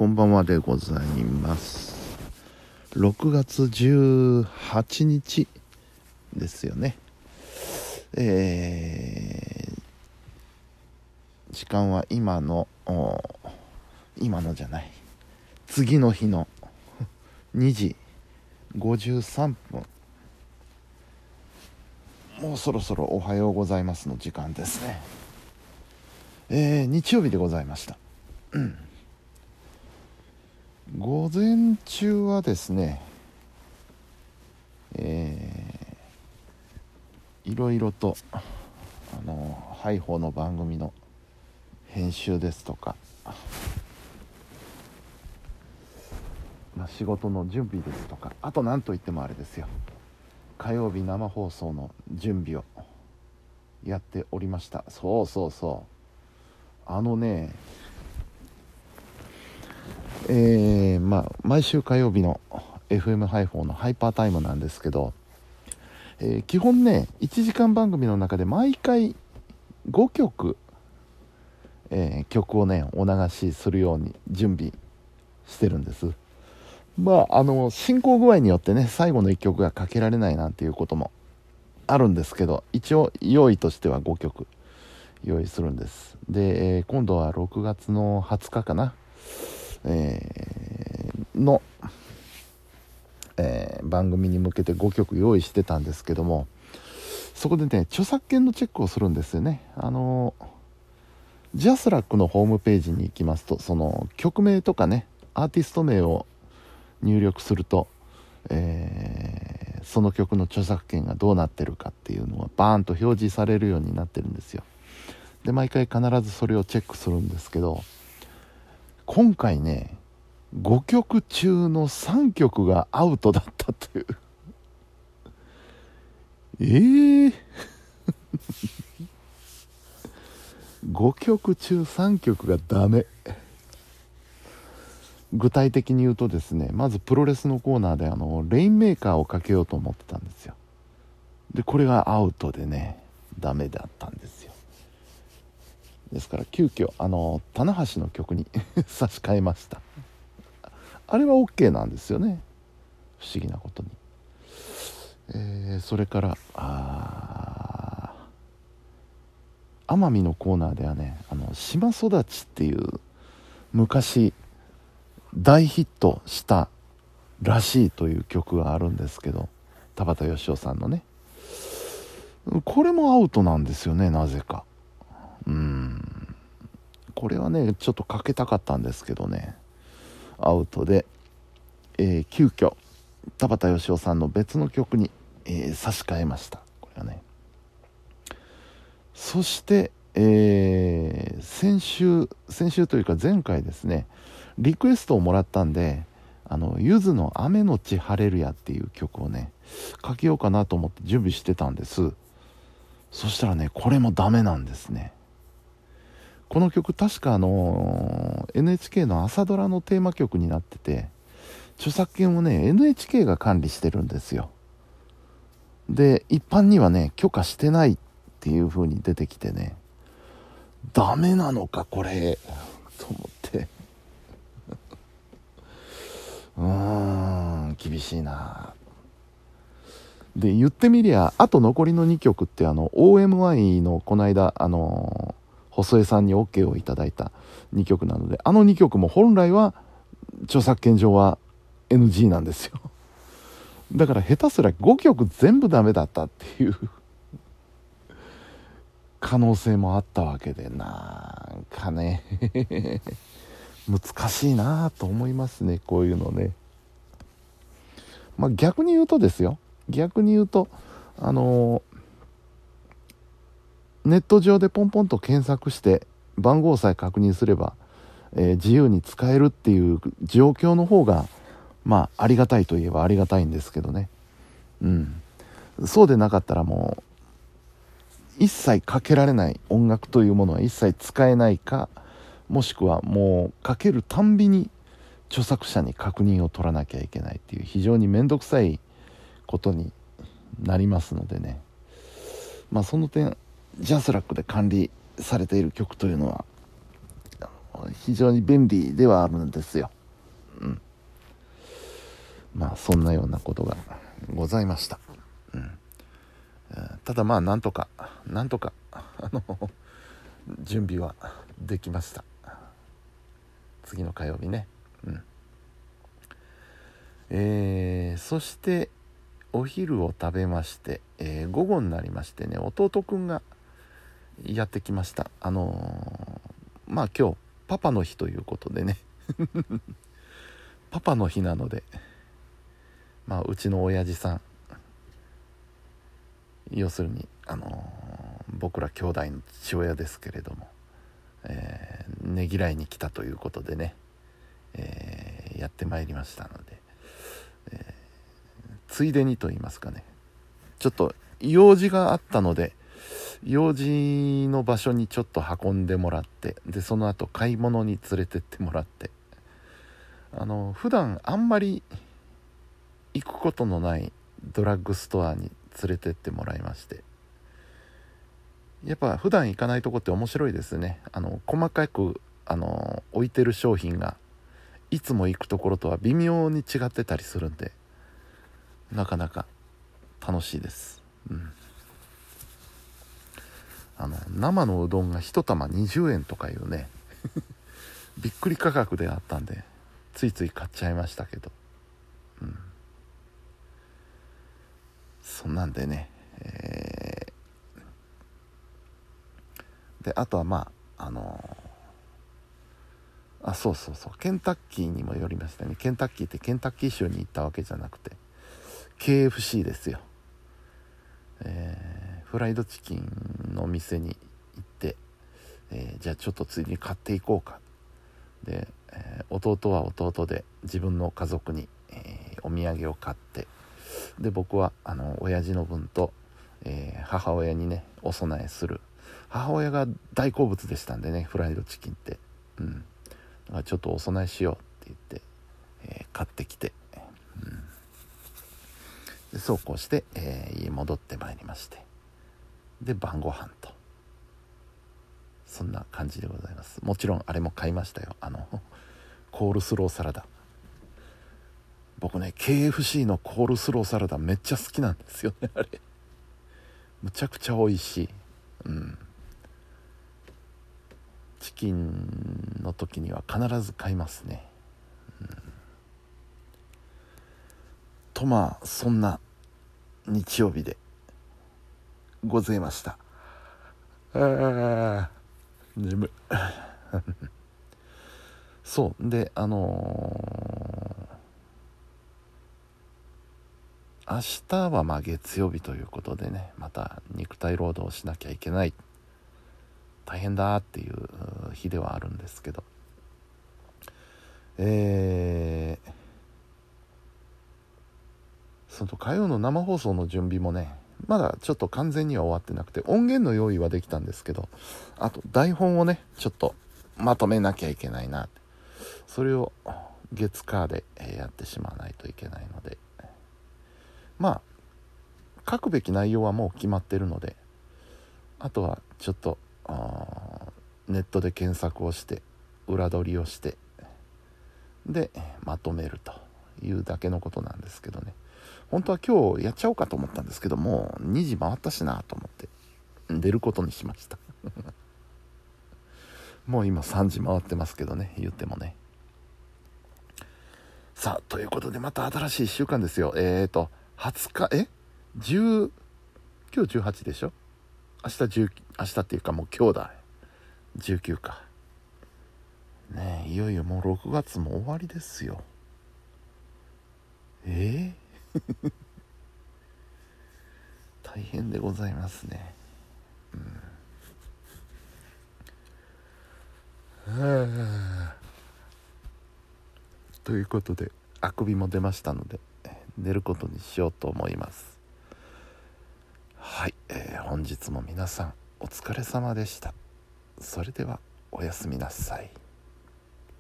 こんばんはでございます。6月18日ですよね。時間は今のじゃない、次の日の2時53分。もうそろそろおはようございますの時間ですね。日曜日でございました。午前中はですね、いろいろとハイホーの番組の編集ですとか、仕事の準備ですとか、あと何といってもあれですよ、火曜日生放送の準備をやっておりました。毎週火曜日の FM ハイフォーのハイパータイムなんですけど、基本ね1時間番組の中で毎回5曲、曲をねお流しするように準備してるんです。進行具合によってね最後の1曲がかけられないなんていうこともあるんですけど、一応用意としては5曲用意するんです。で、今度は6月の20日かな、の、番組に向けて5曲用意してたんですけども、そこでね著作権のチェックをするんですよね。ジャスラックのホームページに行きますと、その曲名とかねアーティスト名を入力すると、その曲の著作権がどうなってるかっていうのがバーンと表示されるようになってるんですよ。で毎回必ずそれをチェックするんですけど、今回ね5曲中の3曲がアウトだったという5曲中3曲がダメ。具体的に言うとですね、まずプロレスのコーナーでレインメーカーをかけようと思ってたんですよ。でこれがアウトでねダメだったんですよ。ですから急遽棚橋の曲に差し替えました。あれは OK なんですよね、不思議なことに。それから奄美のコーナーではね島育ちっていう昔大ヒットしたらしいという曲があるんですけど、田畑義雄さんのね、これもアウトなんですよね、なぜか。これはねちょっとかけたかったんですけどねアウトで、急遽田畑義雄さんの別の曲に、差し替えました、これはね。そして、先週というか前回ですねリクエストをもらったんでゆずの雨のち晴れるやっていう曲をねかけようかなと思って準備してたんです。そしたらねこれもダメなんですね。この曲確かNHK の朝ドラのテーマ曲になってて、著作権をね NHK が管理してるんですよ。で一般にはね許可してないっていう風に出てきてね、ダメなのかこれと思って厳しいな。で言ってみりゃあと残りの2曲ってOMI のこの間細江さんに OK をいただいた2曲なので、2曲も本来は著作権上は NG なんですよ。だから下手すら5曲全部ダメだったっていう可能性もあったわけで、なんかね難しいなと思いますね、こういうのね。逆に言うとネット上でポンポンと検索して番号さえ確認すれば、自由に使えるっていう状況の方がありがたいといえばありがたいんですけどね。そうでなかったらもう一切かけられない音楽というものは一切使えないか、もしくはもうかけるたんびに著作者に確認を取らなきゃいけないっていう非常に面倒くさいことになりますのでね、その点ジャスラックで管理されている曲というのは非常に便利ではあるんですよ。まあそんなようなことがございました。ただまあなんとか準備はできました。次の火曜日ね。そしてお昼を食べまして、午後になりましてね、弟くんがやってきました。まあ今日パパの日ということでねパパの日なので、まあうちの親父さん、要するに僕ら兄弟の父親ですけれども、ねぎらいに来たということでね、やってまいりましたので、ついでにと言いますかね、ちょっと用事があったので、用事の場所にちょっと運んでもらって、でその後買い物に連れてってもらって、普段あんまり行くことのないドラッグストアに連れてってもらいまして、やっぱ普段行かないとこって面白いですね。細かく置いてる商品がいつも行くところとは微妙に違ってたりするんで、なかなか楽しいです。生のうどんが1玉20円とかいうねびっくり価格であったんで、ついつい買っちゃいましたけど、そんなんでね、であとはまあそうケンタッキーにも寄りましたね。ケンタッキーってケンタッキー州に行ったわけじゃなくて KFC ですよ。フライドチキンの店に行って、じゃあちょっとついに買っていこうかで、弟は弟で自分の家族に、お土産を買って、で僕は親父の分と、母親にねお供えする。母親が大好物でしたんでね、フライドチキンって、だからちょっとお供えしようって言って、買ってきて、でそうこうして、家戻ってまいりまして、で晩ご飯と、そんな感じでございます。もちろんあれも買いましたよ、コールスローサラダ。僕ね KFC のコールスローサラダめっちゃ好きなんですよね。あれむちゃくちゃ美味しい。チキンの時には必ず買いますね。とまあそんな日曜日でございました。眠いそうで明日はまあ月曜日ということでね、また肉体労働をしなきゃいけない、大変だっていう日ではあるんですけど、その火曜の生放送の準備もね、まだちょっと完全には終わってなくて、音源の用意はできたんですけど、あと台本をねちょっとまとめなきゃいけないなって、それを月火でやってしまわないといけないので、まあ書くべき内容はもう決まってるので、あとはちょっとネットで検索をして裏取りをしてでまとめるというだけのことなんですけどね。本当は今日やっちゃおうかと思ったんですけど、もう2時回ったしなと思って出ることにしましたもう今3時回ってますけどね、言ってもね。さあということでまた新しい1週間ですよ。20日今日18でしょ。明日っていうかもう今日だ、19かね。いよいよもう6月も終わりですよ。大変でございますね。ということであくびも出ましたので寝ることにしようと思います。はい、本日も皆さんお疲れ様でした。それではおやすみなさい。